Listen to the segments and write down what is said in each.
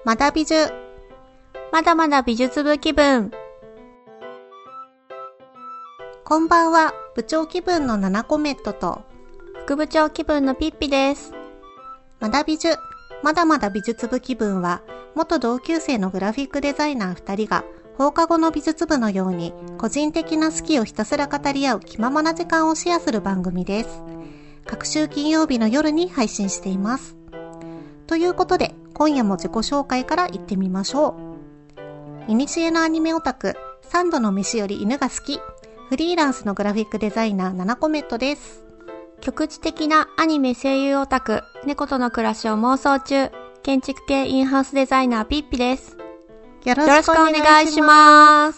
まだ美術。まだまだ美術部気分。こんばんは、部長気分のナナコメットと、 副部長気分のピッピです。 まだ美術。まだまだ美術部気分は、元同級生のグラフィックデザイナー2人が、放課後の美術部のように、個人的な好きをひたすら語り合う気ままな時間をシェアする番組です。各週金曜日の夜に配信しています。ということで、今夜も自己紹介から行ってみましょう。いにしえのアニメオタク、3度の飯より犬が好き、フリーランスのグラフィックデザイナー、ナナコメットです。 局地的なアニメ声優オタク、猫との暮らしを妄想中、建築系インハウスデザイナーピッピです。 よろしくお願いします。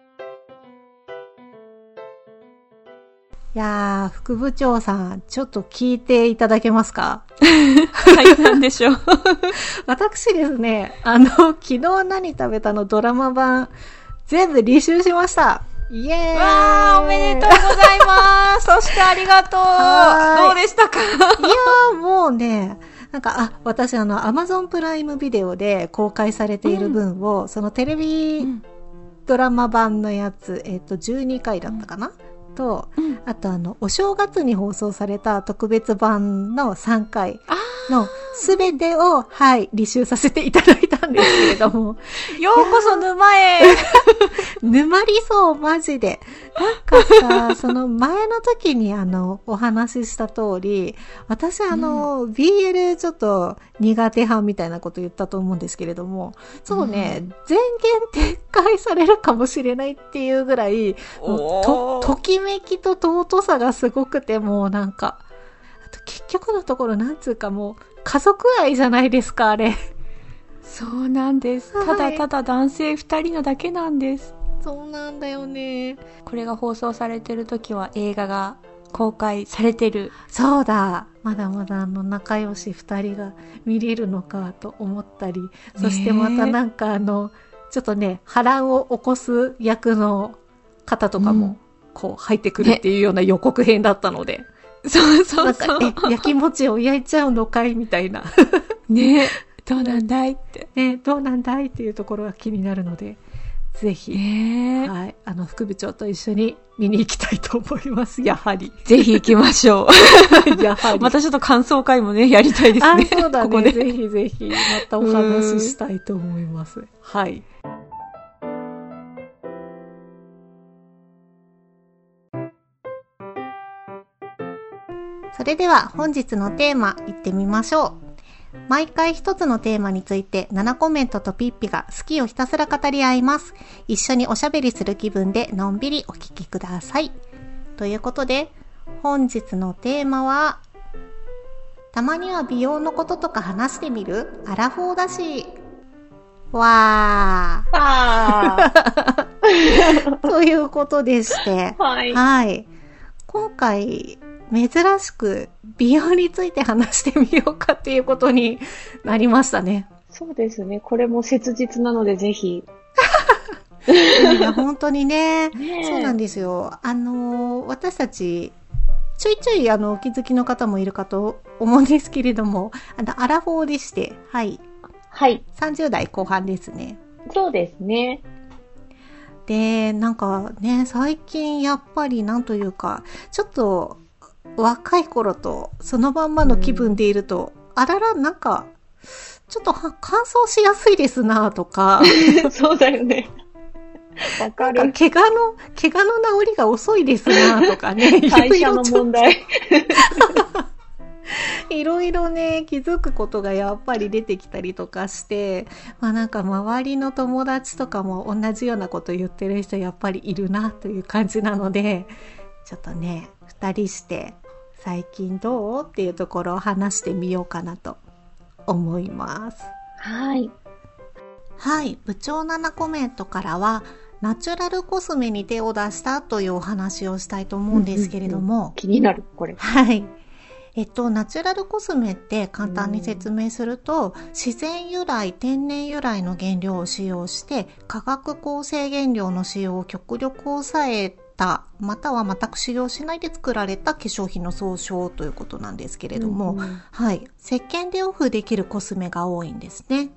いやー、副部長さん、ちょっと聞いていただけますか？ はい、なんでしょう。 私ですね、昨日何食べたのドラマ版、全部履修しました。イエーイ。 わー、おめでとうございます。そしてありがとう。どうでしたか？いやー、もうね、なんか、私Amazon プライムビデオで公開されている分を、そのテレビドラマ版のやつ、12回だったかな、と、あとお正月に放送された特別版の3回のすべてを、はい、履修させていただいたんですけれども。 ようこそ沼へ。 沼りそう、マジで。なんかさ、その前の時にお話しした通り、私BL ちょっと苦手派みたいなこと言ったと思うんですけれども、そうね、全言撤回されるかもしれないっていうぐらい、ときめきと尊さがすごくて、もうなんか、あと結局のところなんつうかもう、家族愛じゃないですか、あれ。 そうなんです。ただただ男性2人のだけなんです。 そうなんだよね。 これが放送されてる時は映画が公開されてる。 そうだ。まだまだ仲良し2人が見れるのかと思ったり、そしてまたなんかちょっとね、波乱を起こす役の方とかも、こう入ってくるっていうような予告編だったので。 そうそうそう。 なんか焼き餅を焼いちゃうのかいみたいな。 ね、どうなんだいって。 ね、どうなんだいっていうところが気になるので、ぜひ、はい、副部長と一緒に見に行きたいと思います。やはり。 ぜひ行きましょう。 やはり。 またちょっと感想会もね、やりたいですね。 そうだね。 ここでぜひぜひ、またお話ししたいと思います。はい。それでは本日のテーマいってみましょう。毎回一つのテーマについて7コメントとピッピが好きをひたすら語り合います。一緒におしゃべりする気分でのんびりお聞きください。ということで本日のテーマは、たまには美容のこととか話してみる？アラフォーだし。わー。ということでして、 はい。 はい。今回珍しく美容について話してみようかっていうことになりましたね。 そうですね。これも切実なのでぜひ。 いや本当にね。そうなんですよ。私たちちょいちょいお気づきの方もいるかと思うんですけれども、アラフォーでして、はい。 はい。 30代後半ですね。 そうですね。 で、なんかね、最近やっぱりなんというか、ちょっと若い頃とそのまんまの気分でいると、あらら、なんか、ちょっと乾燥しやすいですなとか。 そうだよね。わかる。 なんか怪我の治りが遅いですなとかね。 代謝の問題。 いろいろね、気づくことがやっぱり出てきたりとかして、まあなんか周りの友達とかも同じようなこと言ってる人やっぱりいるなという感じなので、ちょっとね、二人して最近どうっていうところを話してみようかなと思います。 はい。 はい、部長7コメントからは、ナチュラルコスメに手を出したというお話をしたいと思うんですけれども。 気になる、これ。 はい。ナチュラルコスメって簡単に説明すると、自然由来、天然由来の原料を使用して、化学構成原料の使用を極力抑えた、または全く使用しないで作られた化粧品の総称ということなんですけれども、はい。石鹸でオフできるコスメが多いんですね。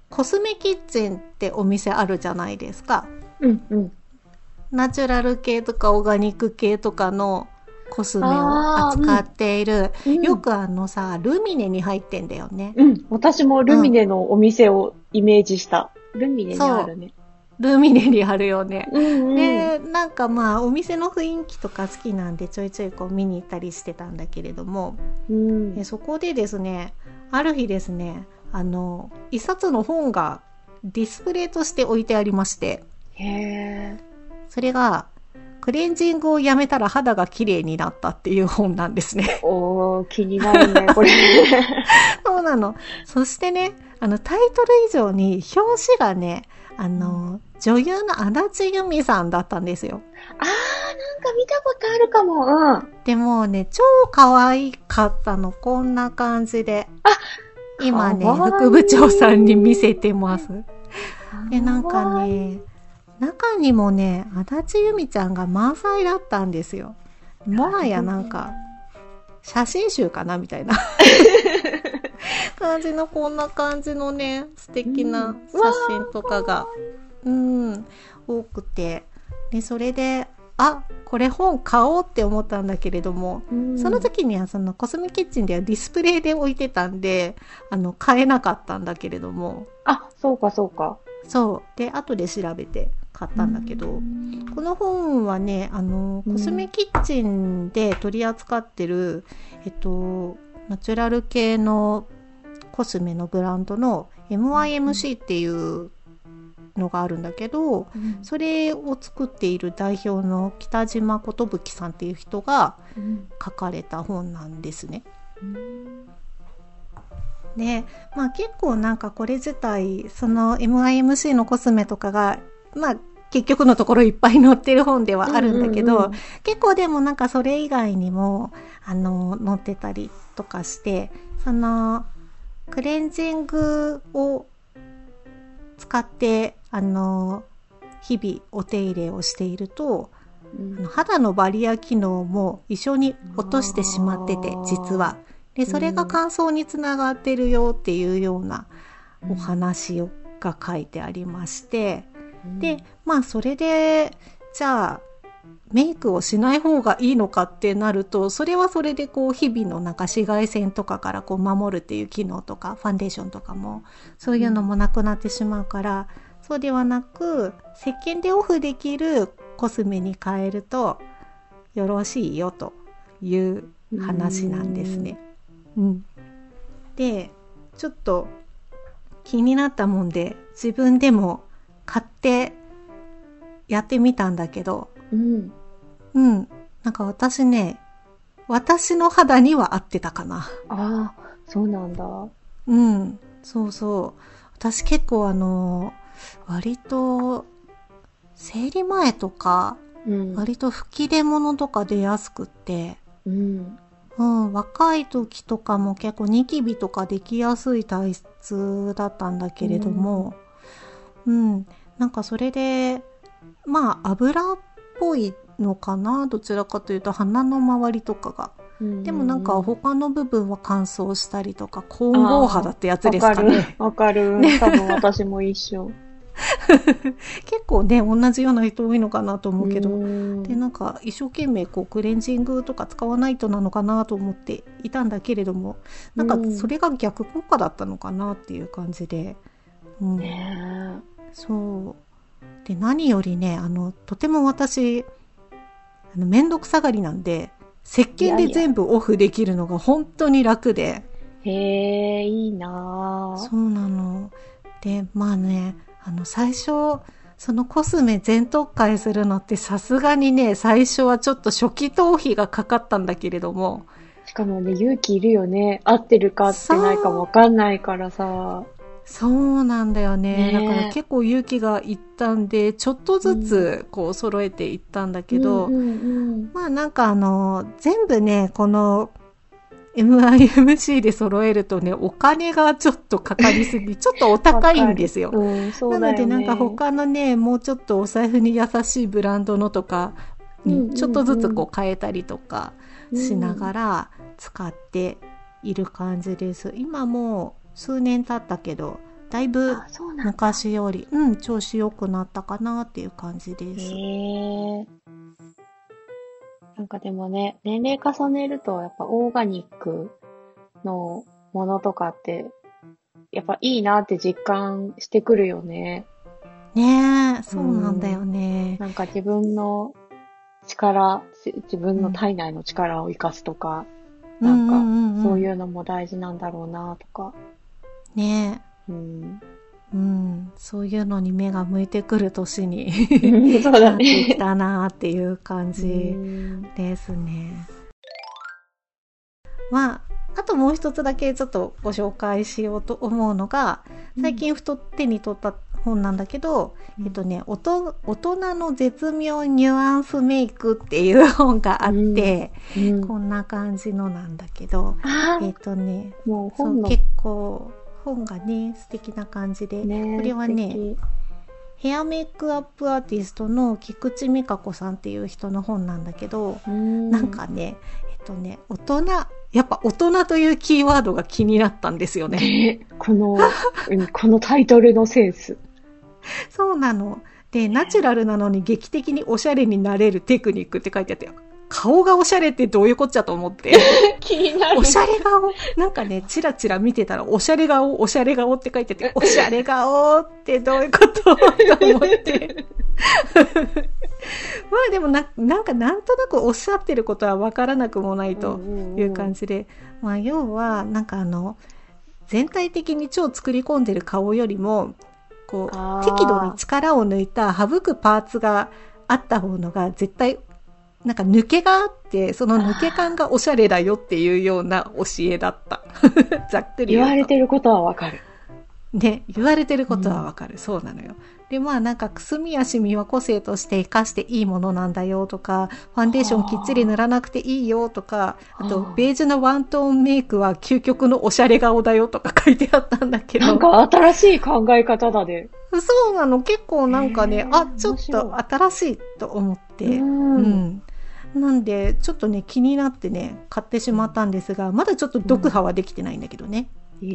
コスメキッチンってお店あるじゃないですか。 うんうん。 ナチュラル系とかオーガニック系とかのコスメを扱っている、よくさ、ルミネに入ってんだよね。 うん。私もルミネのお店をイメージした。ルミネにあるね。 ルミネにあるよね。 うんうん、 で、なんかまあ、お店の雰囲気とか好きなんで、ちょいちょいこう見に行ったりしてたんだけれども、でそこでですね、ある日ですね、一冊の本がディスプレイとして置いてありまして、 へー。 それが、クレンジングをやめたら肌が綺麗になったっていう本なんですね。 おー、気になるね、これ。 そうなの。そしてね、タイトル以上に表紙がね、女優の足立由美さんだったんですよ。 あー、なんか見たことあるかも。うん。 でもね、超可愛かったの、こんな感じで。今ね、副部長さんに見せてます。で、なんかね、中にもね、足立由美ちゃんが満載だったんですよ。もはやなんか、写真集かなみたいな感じの、こんな感じのね、素敵な写真とかが、多くて。で、それで、これ本買おうって思ったんだけれども、その時にはそのコスメキッチンではディスプレイで置いてたんで、買えなかったんだけれども。 そうかそうか。 そう。で、後で調べて買ったんだけど、この本はね、コスメキッチンで取り扱ってる、ナチュラル系のコスメのブランドの MIMC っていうのがあるんだけど、それを作っている代表の北島寿さんっていう人が書かれた本なんですね。で、まあ結構なんかこれ自体、その MIMC のコスメとかが、まあ結局のところいっぱい載ってる本ではあるんだけど、結構でもなんかそれ以外にも、載ってたりとかして、その、クレンジングを使って、日々お手入れをしていると、肌のバリア機能も一緒に落としてしまってて、実は。で、それが乾燥につながってるよっていうようなお話が書いてありまして、で、まあそれで、じゃあ、メイクをしない方がいいのかってなると、それはそれでこう日々のなんか紫外線とかからこう守るっていう機能とか、ファンデーションとかも、そういうのもなくなってしまうから、そうではなく、石鹸でオフできるコスメに変えるとよろしいよという話なんですね。で、ちょっと気になったもんで、自分でも買ってやってみたんだけど、なんか私ね、私の肌には合ってたかな。 そうなんだ。 そうそう。私結構割と生理前とか、割と吹き出物とか出やすくって、若い時とかも結構ニキビとかできやすい体質だったんだけれども、なんかそれで、まあ油っぽいのかな、どちらかというと鼻の周りとかが。でもなんか他の部分は乾燥したりとか、混合肌ってやつですかね。 わかる。多分私も一緒。 結構ね、同じような人多いのかなと思うけど、で、なんか一生懸命こうクレンジングとか使わないとなのかなと思っていたんだけれども、なんかそれが逆効果だったのかなっていう感じで、そう。で、何よりね、とても私、めんどくさがりなんで、石鹸で全部オフできるのが本当に楽で。 へー、いいなぁ。 そうなの。で、まあね、最初、そのコスメ全特化するのってさすがにね、最初はちょっと初期頭費がかかったんだけれども。 しかもね、勇気いるよね。合ってるか合ってないかわかんないからさ。 そうなんだよね。だから結構勇気がいったんで、ちょっとずつこう揃えていったんだけど、まあなんか全部ね、この MIMC で揃えるとね、お金がちょっとかかりすぎ、ちょっとお高いんですよ。 そうだよね。 なのでなんか他のね、もうちょっとお財布に優しいブランドのとかにちょっとずつこう変えたりとかしながら使っている感じです。今もう数年経ったけど、 だいぶそうなんだ。 昔より、調子良くなったかなっていう感じです。 なんかでもね、年齢重ねると、やっぱオーガニックのものとかって、やっぱいいなって実感してくるよね。 ねえ、そうなんだよね。 なんか自分の力、自分の体内の力を生かすとか、なんかそういうのも大事なんだろうなとか。 ねえ。そういうのに目が向いてくる年にそうだね。 なってきたなっていう感じですね。まあ、あともう一つだけちょっとご紹介しようと思うのが、最近ふと手に取った本なんだけど、大人の絶妙ニュアンスメイクっていう本があって、こんな感じのなんだけど、 もう本の結構本がね素敵な感じで、これはねヘアメイクアップアーティストの菊池美香子さんっていう人の本なんだけど、なんかねやっぱ大人というキーワードが気になったんですよね。 このタイトルのセンス。 そうなの。で、ナチュラルなのに劇的におしゃれになれるテクニックって書いてあって、顔がおしゃれってどういうこっちゃと思って。 気になる。 おしゃれ顔なんかね、チラチラ見てたら、おしゃれ顔って書いてあって、おしゃれ顔ってどういうことと思って。まあでもなんかなんとなくおっしゃってることはわからなくもないという感じで、まあ要はなんか全体的に超作り込んでる顔よりもこう適度に力を抜いた省くパーツがあった方のが絶対なんか抜けがあって、その抜け感がおしゃれだよっていうような教えだった。ざっくり言われてることはわかる。 ね、言われてることはわかる、そうなのよ。で、まあなんかくすみやしみは個性として活かしていいものなんだよとか、ファンデーションきっちり塗らなくていいよとか、あとベージュのワントーンメイクは究極のおしゃれ顔だよとか書いてあったんだけど。 なんか新しい考え方だね。 そうなの、結構なんかね、ちょっと新しいと思って。なんで、ちょっとね、気になってね、買ってしまったんですが、まだちょっと読破はできてないんだけどね。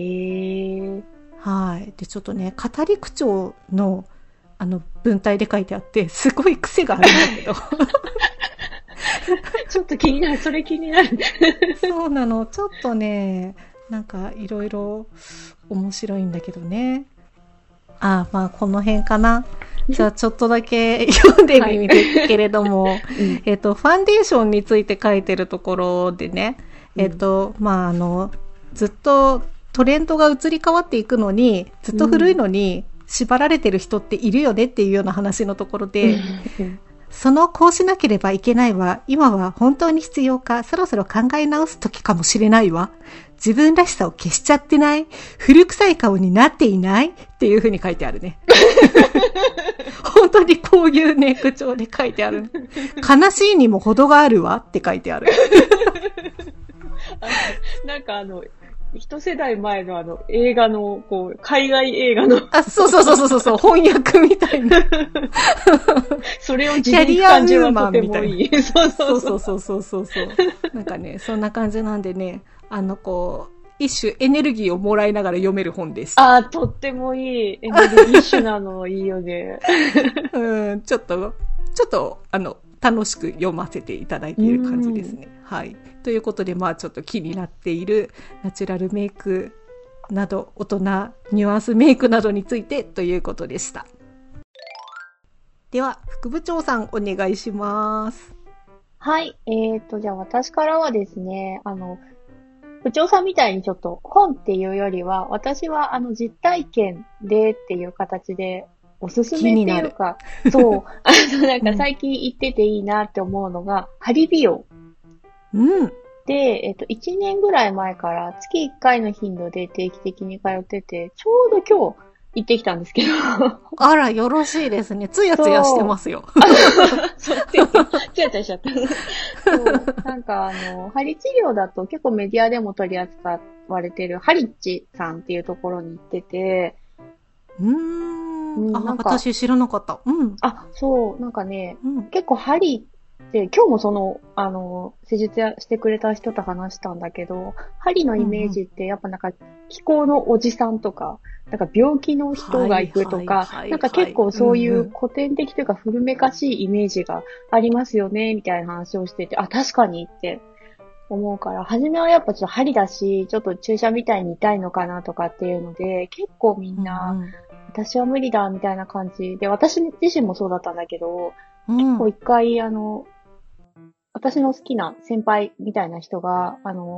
はい。で、ちょっとね、語り口調の、文体で書いてあって、すごい癖があるんだけど。 ちょっと気になる、それ気になる。 そうなの、ちょっとね、なんかいろいろ面白いんだけどね。まあ、この辺かな。じゃあ、ちょっとだけ読んでみるけれども、ファンデーションについて書いてるところでね、まあ、ずっとトレンドが移り変わっていくのに、ずっと古いのに縛られてる人っているよねっていうような話のところで、こうしなければいけないわ。今は本当に必要か。そろそろ考え直す時かもしれないわ。自分らしさを消しちゃってない？古臭い顔になっていない？っていう風に書いてあるね。本当にこういうね、口調で書いてある。悲しいにも程があるわって書いてある。 なんか一世代前の映画の、海外映画の。 そう、翻訳みたいな。 それを自分で感じはとてもいい。 そう。なんかね、そんな感じなんでね、一種エネルギーをもらいながら読める本です。 とってもいい。エネルギッシュなのいいよね。 ちょっと、楽しく読ませていただいている感じですね。はい。ということで、まあちょっと気になっているナチュラルメイクなど、大人ニュアンスメイクなどについてということでした。では、副部長さんお願いします。 はい。じゃあ私からはですね、部長さんみたいにちょっと本っていうよりは、私は実体験でっていう形で、おすすめっていうか、そう、なんか最近行ってていいなって思うのが、ハリ美容。で、1年ぐらい前から月1回の頻度で定期的に通ってて、ちょうど今日行ってきたんですけど。 あら、よろしいですね。つやつやしてますよ。 そう、つやつやしちゃった。そう、なんか針治療だと結構メディアでも取り扱われてるハリッチさんっていうところに行ってて、 私知らなかった。 そう、なんかね、結構針で、今日も施術してくれた人と話したんだけど、針のイメージってやっぱなんか気候のおじさんとか、なんか病気の人が行くとか、なんか結構そういう古典的というか古めかしいイメージがありますよね、みたいな話をしてて、あ、確かにって思うから、初めはやっぱちょっと針だし、ちょっと注射みたいに痛いのかなとかっていうので、結構みんな、私は無理だ、みたいな感じで、私自身もそうだったんだけど、結構一回、私の好きな先輩みたいな人が、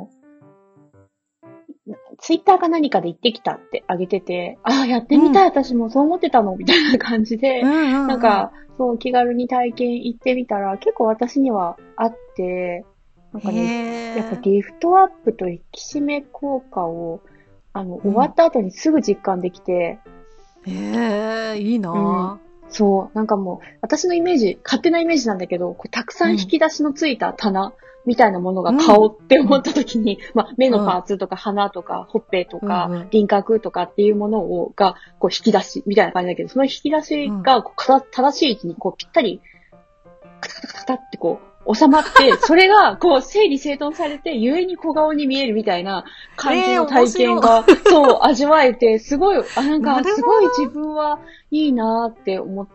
ツイッターか何かで行ってきたってあげてて、ああ、やってみたい、私もそう思ってたのみたいな感じで、なんか、そう、気軽に体験行ってみたら、結構私にはあって、なんかね、やっぱリフトアップと引き締め効果を、終わった後にすぐ実感できて、 いいなぁ。 そう、なんかもう、私のイメージ、勝手なイメージなんだけど、こうたくさん引き出しのついた棚みたいなものが顔って思った時に、まあ、目のパーツとか鼻とかほっぺとか輪郭とかっていうものが、こう引き出しみたいな感じだけど、その引き出しがこう正しい位置にこうぴったり、カタカタカタってこう、収まって、それが、こう、整理整頓されて、故に小顔に見えるみたいな感じの体験が、そう、味わえて、すごい、なんか、すごい自分はいいなって思って、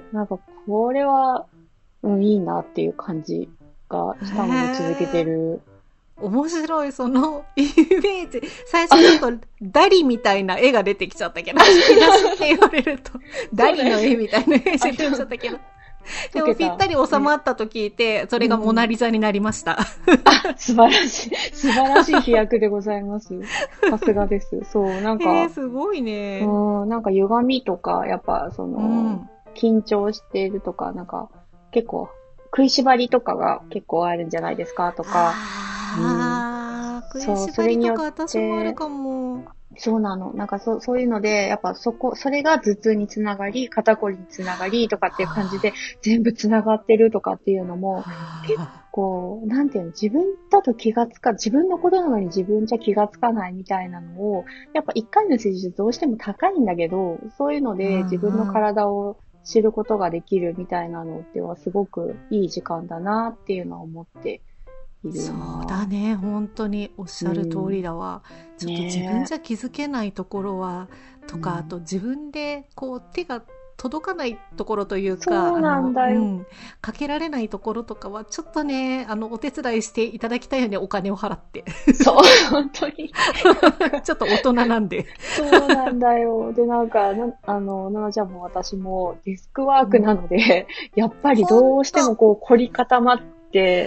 なんか、これは、いいなっていう感じがしたので続けてる。 面白い、そのイメージ。最初ちょっとダリみたいな絵が出てきちゃったけど、引き出しって言われると、ダリの絵みたいなイメージ出てきちゃったけど。でもぴったり収まったと聞いて、それがモナリザになりました。 素晴らしい。素晴らしい飛躍でございます。さすがです。そう、なんか。 すごいね。 なんか歪みとか、やっぱ緊張しているとか、なんか、結構、食いしばりとかが結構あるんじゃないですかとか。 食いしばりとか私もあるかも。 そうなの。なんかそういうので、やっぱそれが頭痛につながり、肩こりにつながりとかっていう感じで、全部つながってるとかっていうのも、結構、なんていうの、自分だと自分のことなのに自分じゃ気がつかないみたいなのを、やっぱ一回の施術どうしても高いんだけど、そういうので自分の体を知ることができるみたいなのってはすごくいい時間だなっていうのは思ってそうだね、本当におっしゃる通りだわ。ちょっと自分じゃ気づけないところは、とか、あと自分でこう手が届かないところというか、 そうなんだよ。 かけられないところとかは、ちょっとね、お手伝いしていただきたいよね、お金を払って。 そう、本当に。 ちょっと大人なんで。 そうなんだよ。で、なんか、ななちゃんも私もデスクワークなので、やっぱりどうしてもこう凝り固まって、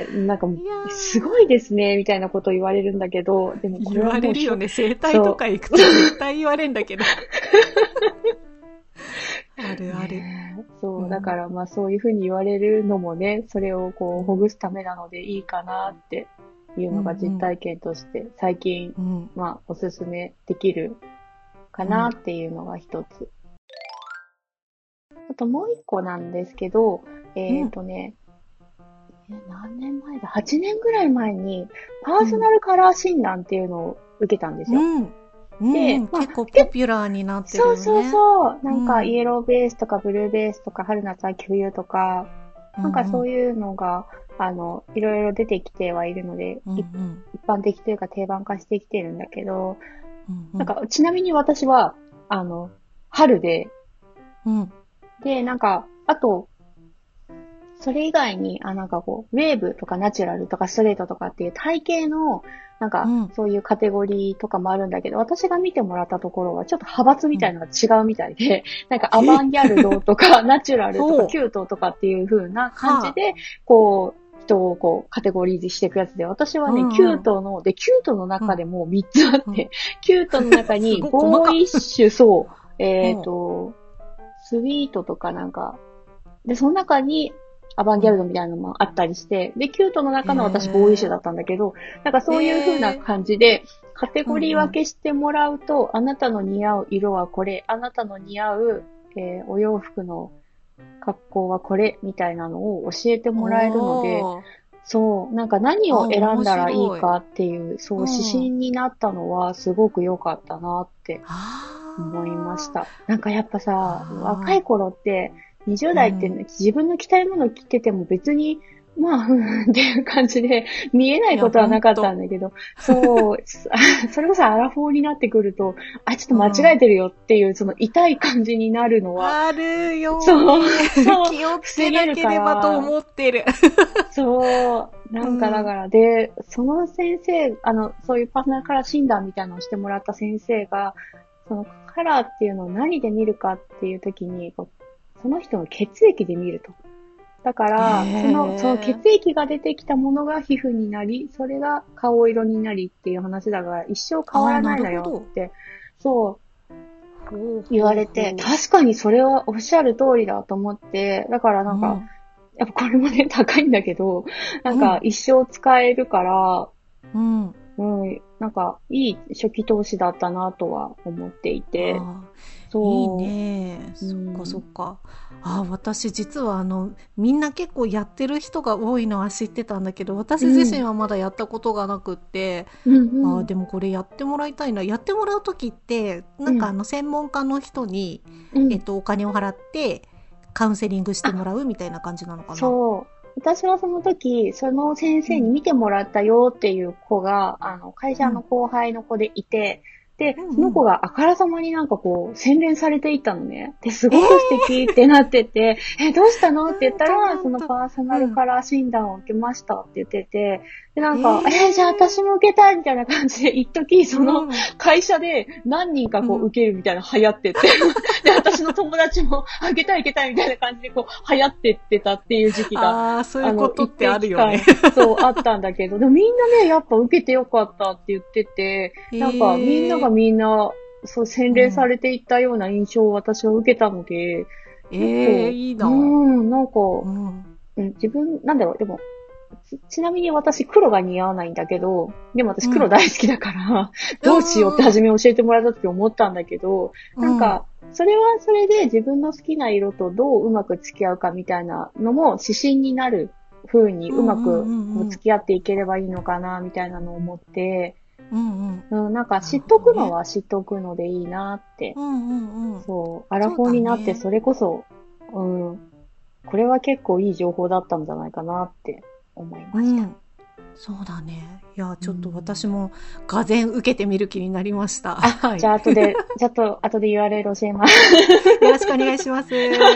なんか、すごいですね、みたいなこと言われるんだけど、でもこれは言われるよね、整体とか行くと絶対言われるんだけど。あるある。 そう、だからまあそういうふうに言われるのもね、それをこうほぐすためなのでいいかなっていうのが実体験として最近、まあおすすめできるかなっていうのが一つ。あともう一個なんですけど、何年前だ ?8 年ぐらい前にパーソナルカラー診断っていうのを受けたんですよ。 で、結構ポピュラーになってるよね。 そう。なんか、イエローベースとかブルーベースとか、春夏秋冬とか、なんかそういうのが、いろいろ出てきてはいるので、一般的というか定番化してきてるんだけど、なんか、ちなみに私は、春で、で、なんか、あと、それ以外に、なんかこう、ウェーブとかナチュラルとかストレートとかっていう体型の、なんか、そういうカテゴリーとかもあるんだけど、私が見てもらったところは、ちょっと派閥みたいなのが違うみたいで、なんかアバンギャルドとか、ナチュラルとか、キュートとかっていう風な感じで、こう、人をこう、カテゴリーしていくやつで、私はね、キュートの中でも3つあって、キュートの中に、ボーイッシュ、そう、スイートとかなんか、で、その中に、アバンギャルドみたいなのもあったりして、で、キュートの中の私、ボーイッシュだったんだけど、なんかそういう風な感じで、カテゴリー分けしてもらうと、あなたの似合う色はこれ、あなたの似合う、お洋服の格好はこれ、みたいなのを教えてもらえるので、そう、なんか何を選んだらいいかっていう、そう、指針になったのはすごく良かったなって思いました。なんかやっぱさ、若い頃って、20代って、自分の着たいもの着てても別にまあ、っていう感じで、見えないことはなかったんだけど、そう、それこそアラフォーになってくると、あ、ちょっと間違えてるよっていう、その痛い感じになるのは、 あるよそう、そう、 気をつけなければと思ってる。 そう、なんかだから、で、その先生、そういうパーソナルカラー診断みたいなのをしてもらった先生が、そのカラーっていうのを何で見るかっていう時に、その人の血液で見ると。だから、その血液が出てきたものが皮膚になり、それが顔色になりっていう話だから、一生変わらないのよって、そう言われて、確かにそれはおっしゃる通りだと思って、だからなんか、やっぱこれもね、高いんだけど、なんか一生使えるから、なんかいい初期投資だったなとは思っていて。 そう。いいね。そっかそっか。私実はみんな結構やってる人が多いのは知ってたんだけど、私自身はまだやったことがなくって、でもこれやってもらいたいな。やってもらうときって、なんか専門家の人に、お金を払って、カウンセリングしてもらうみたいな感じなのかな。 そう。私はその時、その先生に見てもらったよっていう子が、会社の後輩の子でいて、で、その子があからさまになんかこう、洗練されていったのね。で、すごく素敵ってなってて、どうしたのって言ったら、そのパーソナルカラー診断を受けましたって言ってて、で、なんか、じゃあ私も受けたいみたいな感じで、一時その会社で何人かこう受けるみたいな流行ってて、で、私の友達も受けたいみたいな感じでこう流行ってってたっていう時期が、 そういうことってあるよね。 そう、あったんだけど、でもみんなね、やっぱ受けてよかったって言ってて、なんかみんな、そう、洗練されていったような印象を私は受けたので、 いいな。 なんか、自分、なんだろう、でも、ちなみに私黒が似合わないんだけど、でも私黒大好きだから、どうしようって初め教えてもらった時思ったんだけど、なんか、それはそれで自分の好きな色とどううまく付き合うかみたいなのも指針になる風にうまく付き合っていければいいのかな、みたいなのを思って、なんか知っとくのは知っとくのでいいなって。そう。アラフォーになってそれこそ、これは結構いい情報だったんじゃないかなって思いました。 そうだね。いや、ちょっと私も、がぜん受けてみる気になりました。 じゃあ後で URL 教えます。 よろしくお願いします。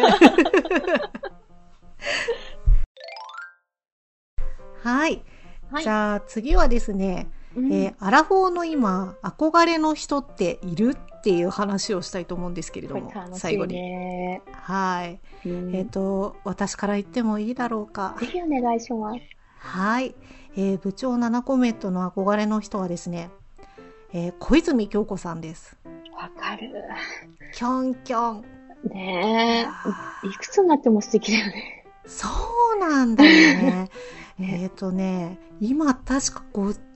はい。じゃあ次はですね、アラフォーの今、憧れの人っているっていう話をしたいと思うんですけれども、最後に。はい。私から言ってもいいだろうか。 ぜひお願いします。 はい。部長7コメントの憧れの人はですね、小泉京子さんです。 わかる。 キョンキョン。 ねえ。いくつになっても素敵だよね。 そうなんだよね。今確か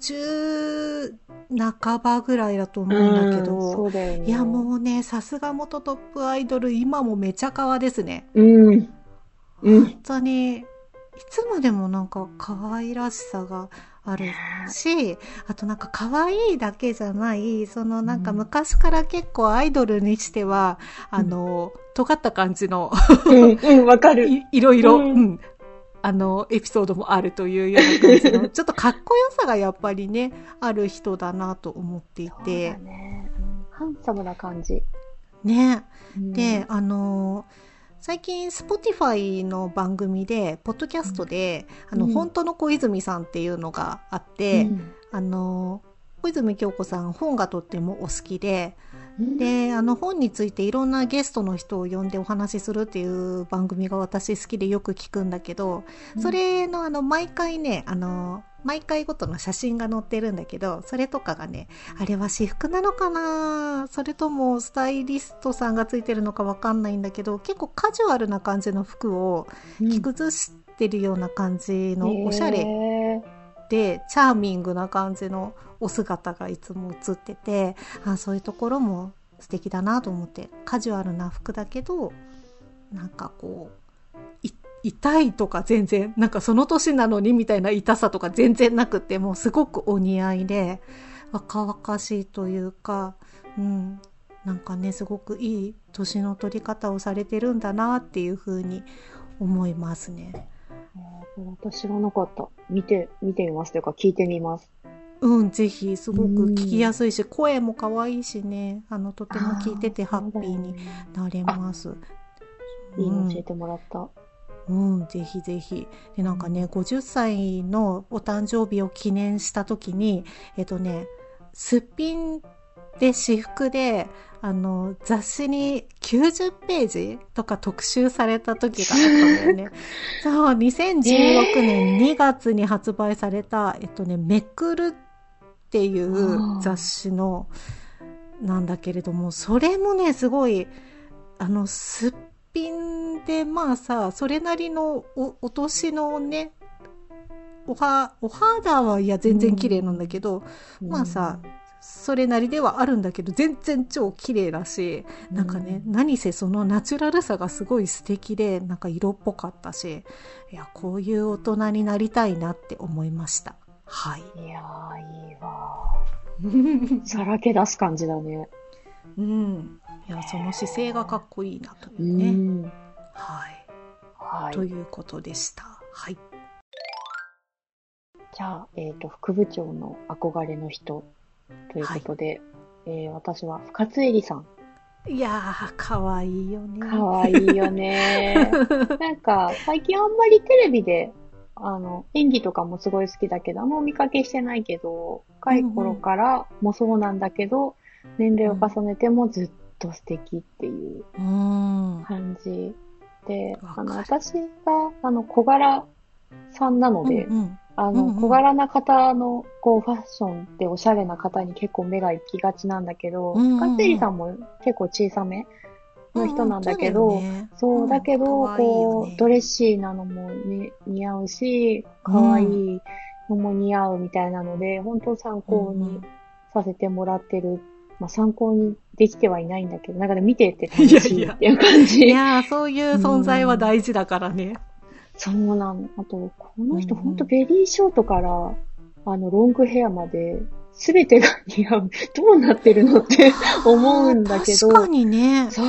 50半ばぐらいだと思うんだけど、 そうだよね。 いやもうね、さすが元トップアイドル、今もめちゃかわですね。 本当に、いつまでもなんか可愛らしさがあるし、あとなんか可愛いだけじゃない、そのなんか昔から結構アイドルにしては、尖った感じのわかる。 いろいろ、エピソードもあるというような感じの、ちょっとかっこよさがやっぱりね、ある人だなと思っていて。 そうだね。ハンサムな感じ。 ね。で、最近、Spotify の番組で、ポッドキャストで、本当の小泉さんっていうのがあって、小泉京子さん、本がとってもお好きで、で、本についていろんなゲストの人を呼んでお話しするっていう番組が私好きでよく聞くんだけど、それの毎回ね、毎回ごとの写真が載ってるんだけど、それとかがね、あれは私服なのかな、それともスタイリストさんがついてるのかわかんないんだけど、結構カジュアルな感じの服を着崩してるような感じのおしゃれで、チャーミングな感じのお姿がいつも映ってて、そういうところも素敵だなと思って、カジュアルな服だけど、なんかこう、痛いとか全然、なんかその年なのにみたいな痛さとか全然なくて、もうすごくお似合いで、若々しいというか、なんかね、すごくいい年の取り方をされてるんだなっていう風に思いますね。 これ私知らなかった。見てみますというか聞いてみます。 うん、ぜひ、すごく聞きやすいし、声も可愛いしね、とても聞いててハッピーになれます。 いいの教えてもらった。 うん、ぜひぜひ。で、なんかね、50歳のお誕生日を記念した時に、すっぴんで私服で、雑誌に90ページとか特集された時があったんだよね。そう、2016年2月に発売された、めくるっていう雑誌の、なんだけれども、それもね、すごい、すっぴんで、まあさ、それなりのお年のね、お肌はいや全然綺麗なんだけど、まあさ、それなりではあるんだけど、全然超綺麗だし、なんかね、何せそのナチュラルさがすごい素敵で、なんか色っぽかったし、いや、こういう大人になりたいなって思いました。はい。 いやー、いいわー。さらけ出す感じだね。 うん。いや、その姿勢がかっこいいなというね。はい。ということでした。はい。 じゃあ、副部長の憧れの人ということで、私は深津絵里さん。 いやー、かわいいよね。 かわいいよね。なんか、最近あんまりテレビで、演技とかもすごい好きだけど、あんまお見かけしてないけど、若い頃からもそうなんだけど、年齢を重ねてもずっと素敵っていう感じで、私が、小柄さんなので、小柄な方の、こう、ファッションっておしゃれな方に結構目が行きがちなんだけど、深津絵里さんも結構小さめの人なんだけど、そう、だけど、こう、ドレッシーなのもね、似合うし、可愛いのも似合うみたいなので、本当参考にさせてもらってる。まあ、参考にできてはいないんだけど、なんか見てて楽しいっていう感じ。 いや、そういう存在は大事だからね。 そうなの。あと、この人ほんとベリーショートから、ロングヘアまで、すべてが似合う。どうなってるのって思うんだけど。 確かにね。 そう。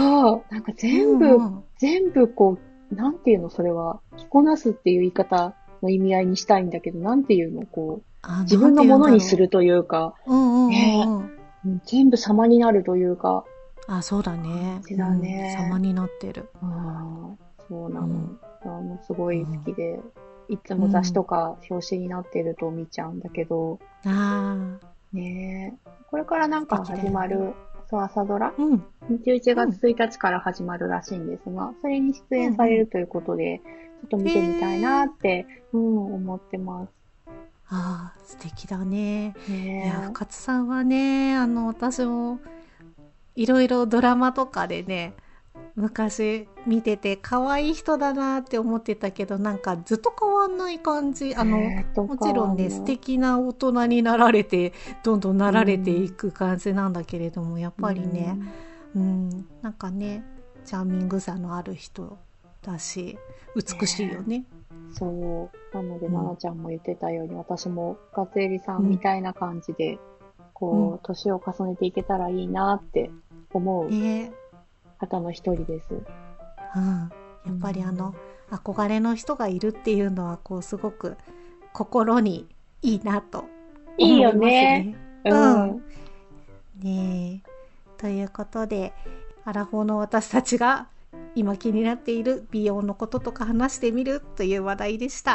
なんか全部こう、なんていうのそれは。着こなすっていう言い方の意味合いにしたいんだけど、なんていうのこう、自分のものにするというか、全部様になるというか。 あ、そうだね。 だね。 様になってる。 そうなの。すごい好きで、いつも雑誌とか表紙になってると見ちゃうんだけど。ねえ。これからなんか始まる、そう、朝ドラ、11月1日から始まるらしいんですが、それに出演されるということで、ちょっと見てみたいなって、思ってます。 ああ、素敵だね。いや、深津さんはね、私も、いろいろドラマとかでね、昔見てて可愛い人だなって思ってたけど、なんかずっと変わんない感じ。もちろんね、素敵な大人になられて、どんどんなられていく感じなんだけれども、やっぱりね、なんかね、チャーミングさのある人だし、美しいよね。 そう。なので、まなちゃんも言ってたように、私も深津絵里さんみたいな感じで、こう、年を重ねていけたらいいなって思う方の一人です。 やっぱり憧れの人がいるっていうのは、こう、すごく心にいいなと思いますね。 いいよね。 ねえ。ということで、アラフォーの私たちが今気になっている美容のこととか話してみるという話題でした。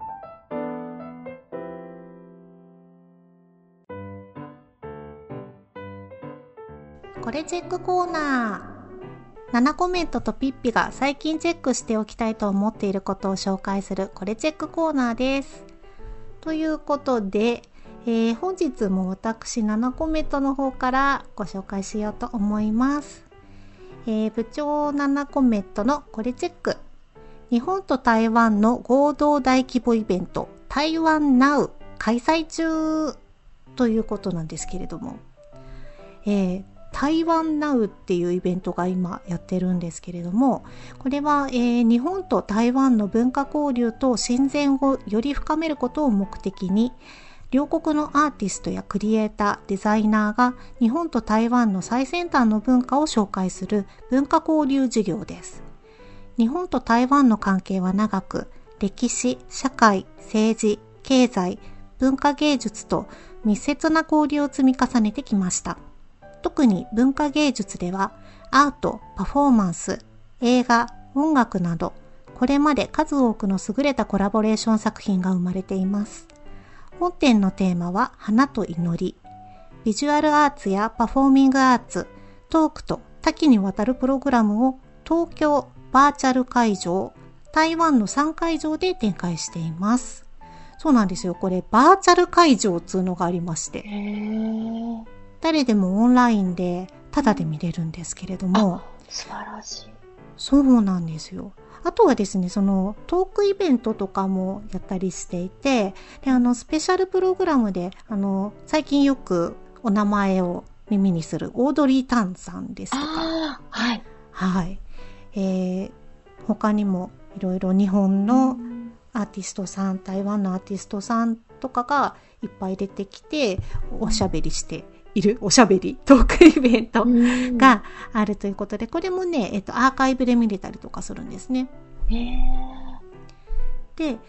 これチェックコーナー。7コメントとピッピが最近チェックしておきたいと思っていることを紹介するこれチェックコーナーです。ということで、本日も私7コメントの方からご紹介しようと思います。部長7コメントのこれチェック。日本と台湾の合同大規模イベント、台湾ナウ開催中ということなんですけれども、台湾ナウっていうイベントが今やってるんですけれども、これは、日本と台湾の文化交流と親善をより深めることを目的に、両国のアーティストやクリエイター、デザイナーが日本と台湾の最先端の文化を紹介する文化交流事業です。日本と台湾の関係は長く、 歴史、社会、政治、経済、文化芸術と密接な交流を積み重ねてきました。特に文化芸術ではアート、パフォーマンス、映画、音楽などこれまで数多くの優れたコラボレーション作品が生まれています。本展のテーマは花と祈り。ビジュアルアーツやパフォーミングアーツ、トークと多岐にわたるプログラムを東京バーチャル会場、台湾の3会場で展開しています。そうなんですよ。これバーチャル会場っていうのがありまして。誰でもオンラインでタダで見れるんですけれども。 素晴らしい。 そうなんですよ。あとはですね、そのトークイベントとかもやったりしていて、で、スペシャルプログラムで、最近よくお名前を耳にするオードリー・タンさんですとか。 はい。 はい。他にもいろいろ日本のアーティストさん、台湾のアーティストさんとかがいっぱい出てきて、おしゃべりしている、おしゃべりトークイベントがあるということで、これもね、アーカイブで見れたりとかするんですね。で、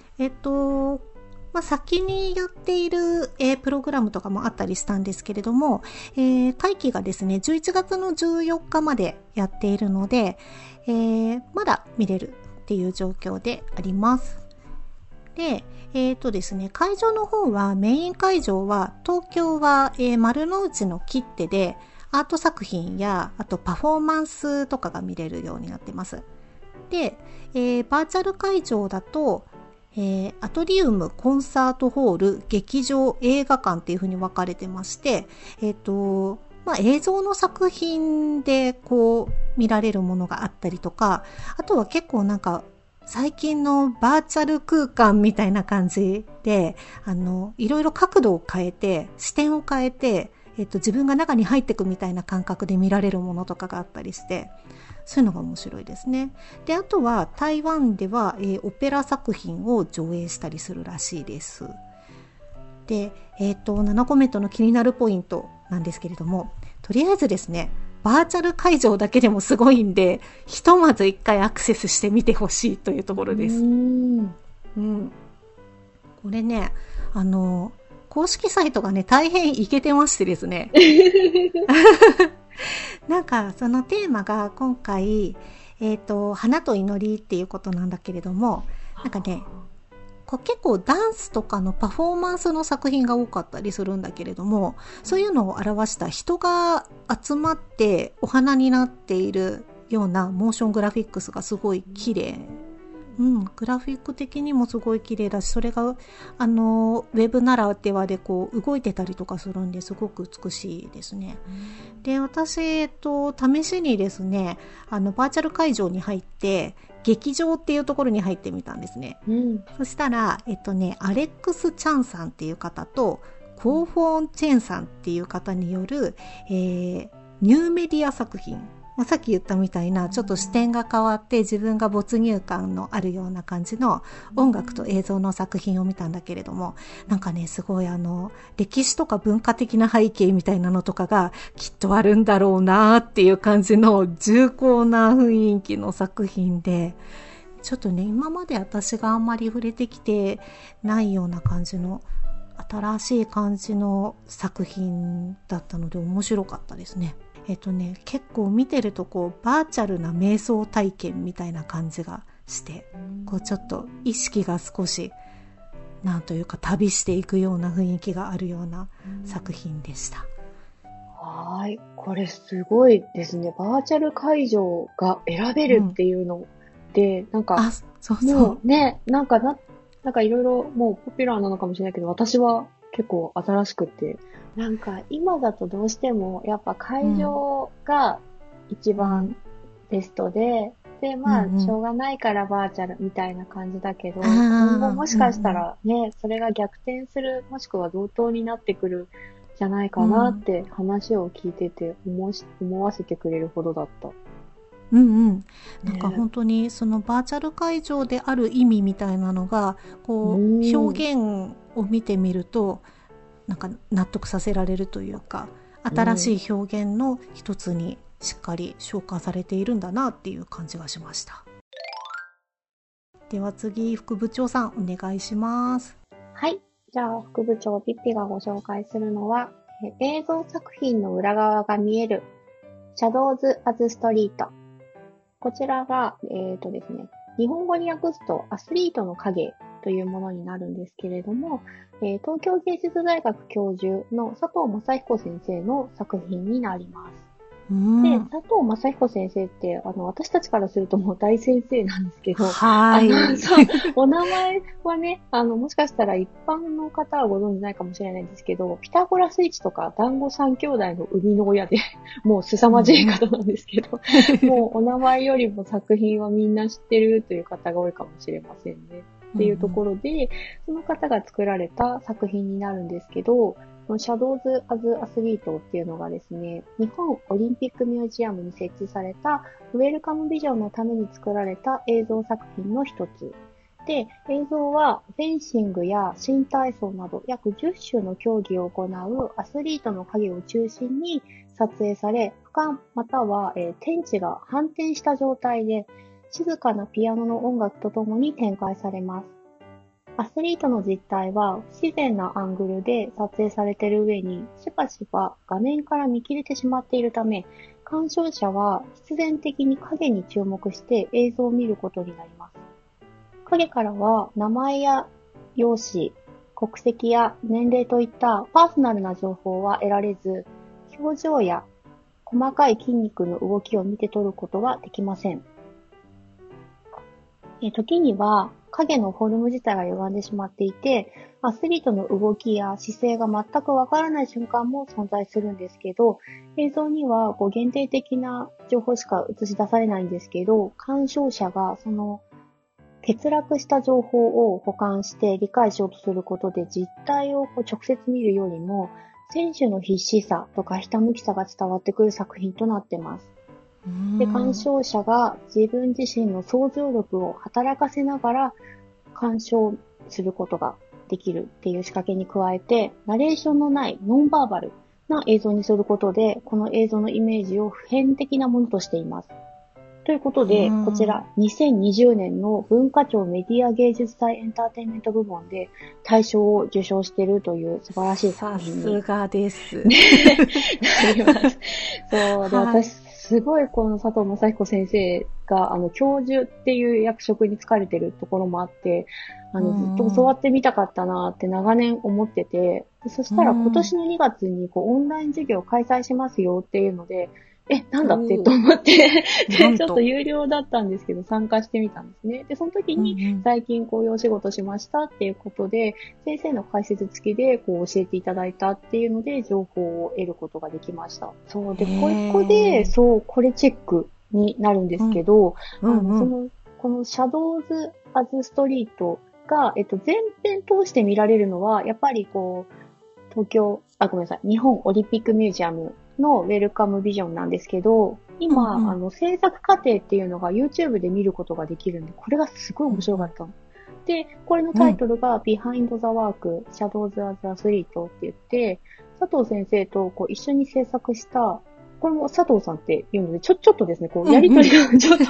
先にやっている、プログラムとかもあったりしたんですけれども、会期がですね、11月の14日までやっているので、まだ見れるっていう状況であります。で、ですね、会場の方は、メイン会場は、東京は、丸の内の切手で、アート作品や、あとパフォーマンスとかが見れるようになってます。で、バーチャル会場だと、アトリウム、コンサートホール、劇場、映画館っていう風に分かれてまして、映像の作品でこう見られるものがあったりとか、あとは結構なんか最近のバーチャル空間みたいな感じで、いろいろ角度を変えて、視点を変えて、自分が中に入っていくみたいな感覚で見られるものとかがあったりして、そういうのが面白いですね。で、あとは台湾では、オペラ作品を上映したりするらしいです。で、7コメントの気になるポイントなんですけれども、とりあえずですね、バーチャル会場だけでもすごいんで、ひとまず一回アクセスしてみてほしいというところです。これね、公式サイトがね、大変イケてましてですね。なんか、そのテーマが今回、花と祈りっていうことなんだけれども、なんかね、結構ダンスとかのパフォーマンスの作品が多かったりするんだけれども、そういうのを表した人が集まってお花になっているようなモーショングラフィックスがすごい綺麗。グラフィック的にもすごい綺麗だし、それが、ウェブならではでこう動いてたりとかするんですごく美しいですね。で、私、試しにですね、バーチャル会場に入って、劇場っていうところに入ってみたんですね。そしたら、アレックス・チャンさんっていう方と、コーフォーン・チェンさんっていう方による、ニューメディア作品。さっき言ったみたいなちょっと視点が変わって自分が没入感のあるような感じの音楽と映像の作品を見たんだけれども、なんかね、すごい歴史とか文化的な背景みたいなのとかがきっとあるんだろうなっていう感じの重厚な雰囲気の作品で、ちょっとね、今まで私があんまり触れてきてないような感じの新しい感じの作品だったので面白かったですね。結構見てるとバーチャルな瞑想体験みたいな感じがして、ちょっと意識が少しなんというか旅していくような雰囲気があるような作品でした。 はい。これすごいですね。バーチャル会場が選べるっていうので、なんか、もうね、なんかいろいろもうポピュラーなのかもしれないけど、私は結構新しくて、なんか今だとどうしてもやっぱ会場が一番ベストで、で、まあ、しょうがないからバーチャルみたいな感じだけど、今後もしかしたらね、それが逆転する、もしくは同等になってくるじゃないかなって話を聞いてて思わせてくれるほどだった。 なんか本当にそのバーチャル会場である意味みたいなのが、表現を見てみると、なんか納得させられるというか、新しい表現の一つにしっかり消化されているんだなっていう感じがしました。 では次、副部長さんお願いします。 はい。じゃあ、副部長ピッピがご紹介するのは、映像作品の裏側が見える、Shadows as Street。こちらが、ですね、日本語に訳すとアスリートの影というものになるんですけれども、東京芸術大学教授の佐藤正彦先生の作品になります。で、佐藤正彦先生って、私たちからするともう大先生なんですけど、 はい。 そう、お名前はね、もしかしたら一般の方はご存じないかもしれないんですけど、ピタゴラスイッチとか団子三兄弟の生みの親で、もう凄まじい方なんですけど、もうお名前よりも作品はみんな知ってるという方が多いかもしれませんね。っていうところで、その方が作られた作品になるんですけど、シャドウズ・アズ・アスリートっていうのがですね、日本オリンピックミュージアムに設置されたウェルカムビジョンのために作られた映像作品の一つ。で、映像はフェンシングや新体操など約10種の競技を行うアスリートの影を中心に撮影され、俯瞰または、天地が反転した状態で静かなピアノの音楽とともに展開されます。アスリートの実態は不自然なアングルで撮影されている上にしばしば画面から見切れてしまっているため、鑑賞者は必然的に影に注目して映像を見ることになります。影からは名前や容姿、国籍や年齢といったパーソナルな情報は得られず、表情や細かい筋肉の動きを見て取ることはできません。時には影のフォルム自体が歪んでしまっていて、アスリートの動きや姿勢が全くわからない瞬間も存在するんですけど、映像には限定的な情報しか映し出されないんですけど、鑑賞者がその欠落した情報を補完して理解しようとすることで実態を直接見るよりも、選手の必死さとかひたむきさが伝わってくる作品となっています。で、鑑賞者が自分自身の想像力を働かせながら鑑賞することができるっていう仕掛けに加えて、ナレーションのないノンバーバルな映像にすることで、この映像のイメージを普遍的なものとしています。ということで、こちら2020年の文化庁メディア芸術祭エンターテインメント部門で大賞を受賞しているという素晴らしい作品に。 さすがです。 なります。そう。で、私、すごいこの佐藤正彦先生が、教授っていう役職に就かれてるところもあって、ずっと教わってみたかったなって長年思ってて、そしたら今年の2月にオンライン授業を開催しますよっていうので、なんだってと思って、ちょっと有料だったんですけど参加してみたんですね。で、その時に最近こういうお仕事しましたっていうことで、先生の解説付きで教えていただいたっていうので情報を得ることができました。そうで、ここで、これチェックになるんですけど、このシャドウズ・アズ・ストリートが、全編通して見られるのは、やっぱりごめんなさい、日本オリンピックミュージアムのウェルカムビジョンなんですけど、今、制作過程っていうのが YouTube で見ることができるんで、これがすごい面白かったの。で、これのタイトルが Behind the Work Shadows as Athlete って言って、佐藤先生と一緒に制作した、これも佐藤さんって言うので、ちょっとですね、やりとりがちょっと、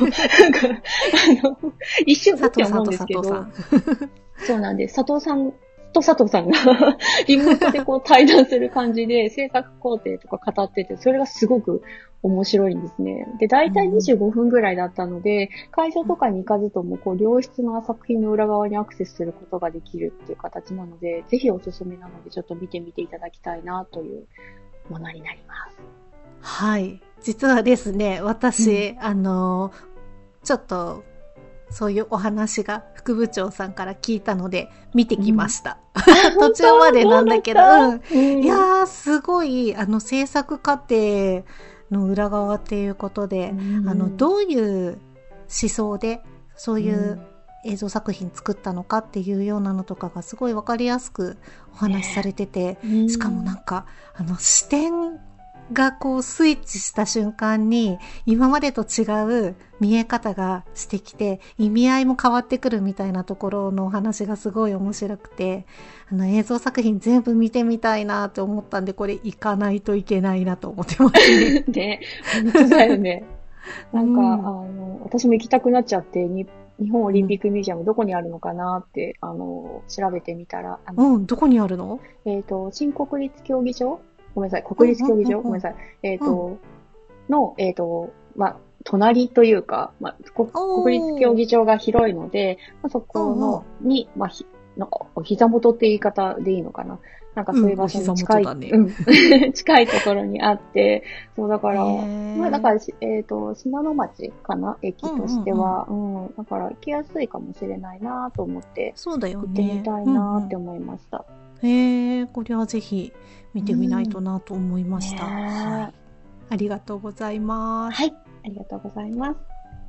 一瞬って思うんですけど、そうなんです。佐藤さんと佐藤さんがリモートで対談する感じで制作工程とか語ってて、それがすごく面白いんですね。で、だいたい25分ぐらいだったので、会場とかに行かずとも良質な作品の裏側にアクセスすることができるっていう形なので、ぜひおすすめなのでちょっと見てみていただきたいなというものになります。 はい。実はですね、私、ちょっと、そういうお話が副部長さんから聞いたので見てきました。途中までなんだけど、いやーすごい制作過程の裏側っていうことで、どういう思想でそういう映像作品作ったのかっていうようなのとかがすごいわかりやすくお話しされてて、しかもなんか視点がスイッチした瞬間に今までと違う見え方がしてきて意味合いも変わってくるみたいなところのお話がすごい面白くて、映像作品全部見てみたいなと思ったんで、これ行かないといけないなと思ってますね。 ね、本当だよね。なんか、私も行きたくなっちゃって、 日本オリンピックミュージアムどこにあるのかなって、調べてみたら、 どこにあるの？ 新国立競技場ごめんなさい、国立競技場ごめんなさい。の、まあ、隣というか、まあ、国立競技場が広いので、まあ、そこの、に、まあ、なんか、お膝元って言い方でいいのかな。なんかそういう場所に近い、ね、近いところにあって、そうだから、まあだから、信濃町かな駅としては、だから行きやすいかもしれないなと思って、 そうだよね。 行ってみたいなって思いました。 へえ、これはぜひ見てみないとなと思いました。はい。ありがとうございます。 はい、ありがとうございます。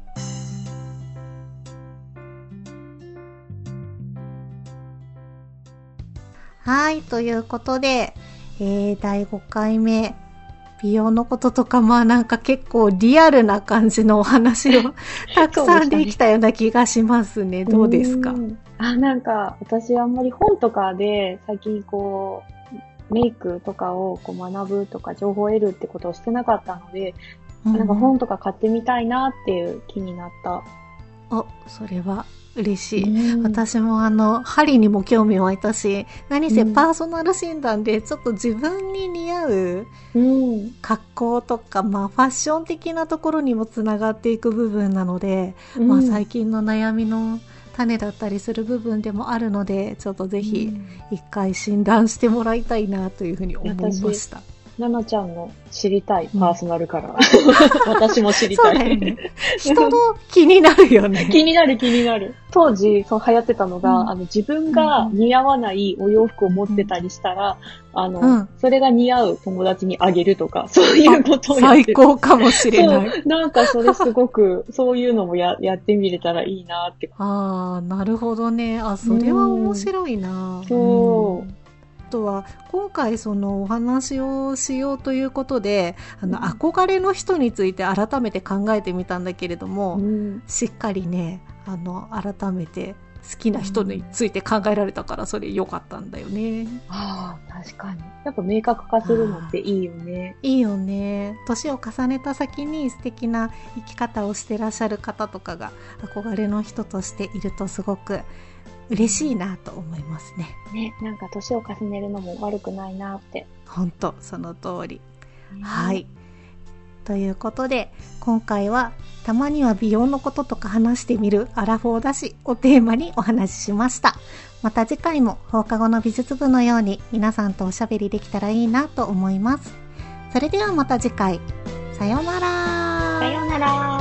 はい、ということで、第5回目、美容のこととか、まあなんか結構リアルな感じのお話をたくさんできたような気がしますね。どうですか？ なんか私あんまり本とかで最近こう、メイクとかをこう学ぶとか情報を得るってことをしてなかったので、なんか本とか買ってみたいなっていう気になった。 それは嬉しい。私も針にも興味湧いたし、何せパーソナル診断でちょっと自分に似合う格好とか、まあファッション的なところにもつながっていく部分なので、まあ最近の悩みの種だったりする部分でもあるので、ちょっとぜひ一回診断してもらいたいなというふうに思いました。 ななちゃんの知りたいパーソナルカラー。私も知りたい。 そうだよね。人の気になるよね。 気になる。当時、流行ってたのが、自分が似合わないお洋服を持ってたりしたら、それが似合う友達にあげるとか、そういうことをやって最高かもしれない。 なんかそれすごく、そういうのもやってみれたらいいなって。 なるほどね。それは面白いな。 そう。 あとは今回そのお話をしようということで憧れの人について改めて考えてみたんだけれども、しっかりね改めて好きな人について考えられたからそれ良かったんだよね。 確かにやっぱ明確化するのっていいよね。 いいよね。年を重ねた先に素敵な生き方をしてらっしゃる方とかが憧れの人としているとすごく嬉しいなと思いますね。 なんか年を重ねるのも悪くないなって。 本当その通り。はい。ということで、今回はたまには美容のこととか話してみるアラフォーだしをテーマにお話ししました。また次回も放課後の美術部のように皆さんとおしゃべりできたらいいなと思います。それではまた次回。さようなら。 さようなら。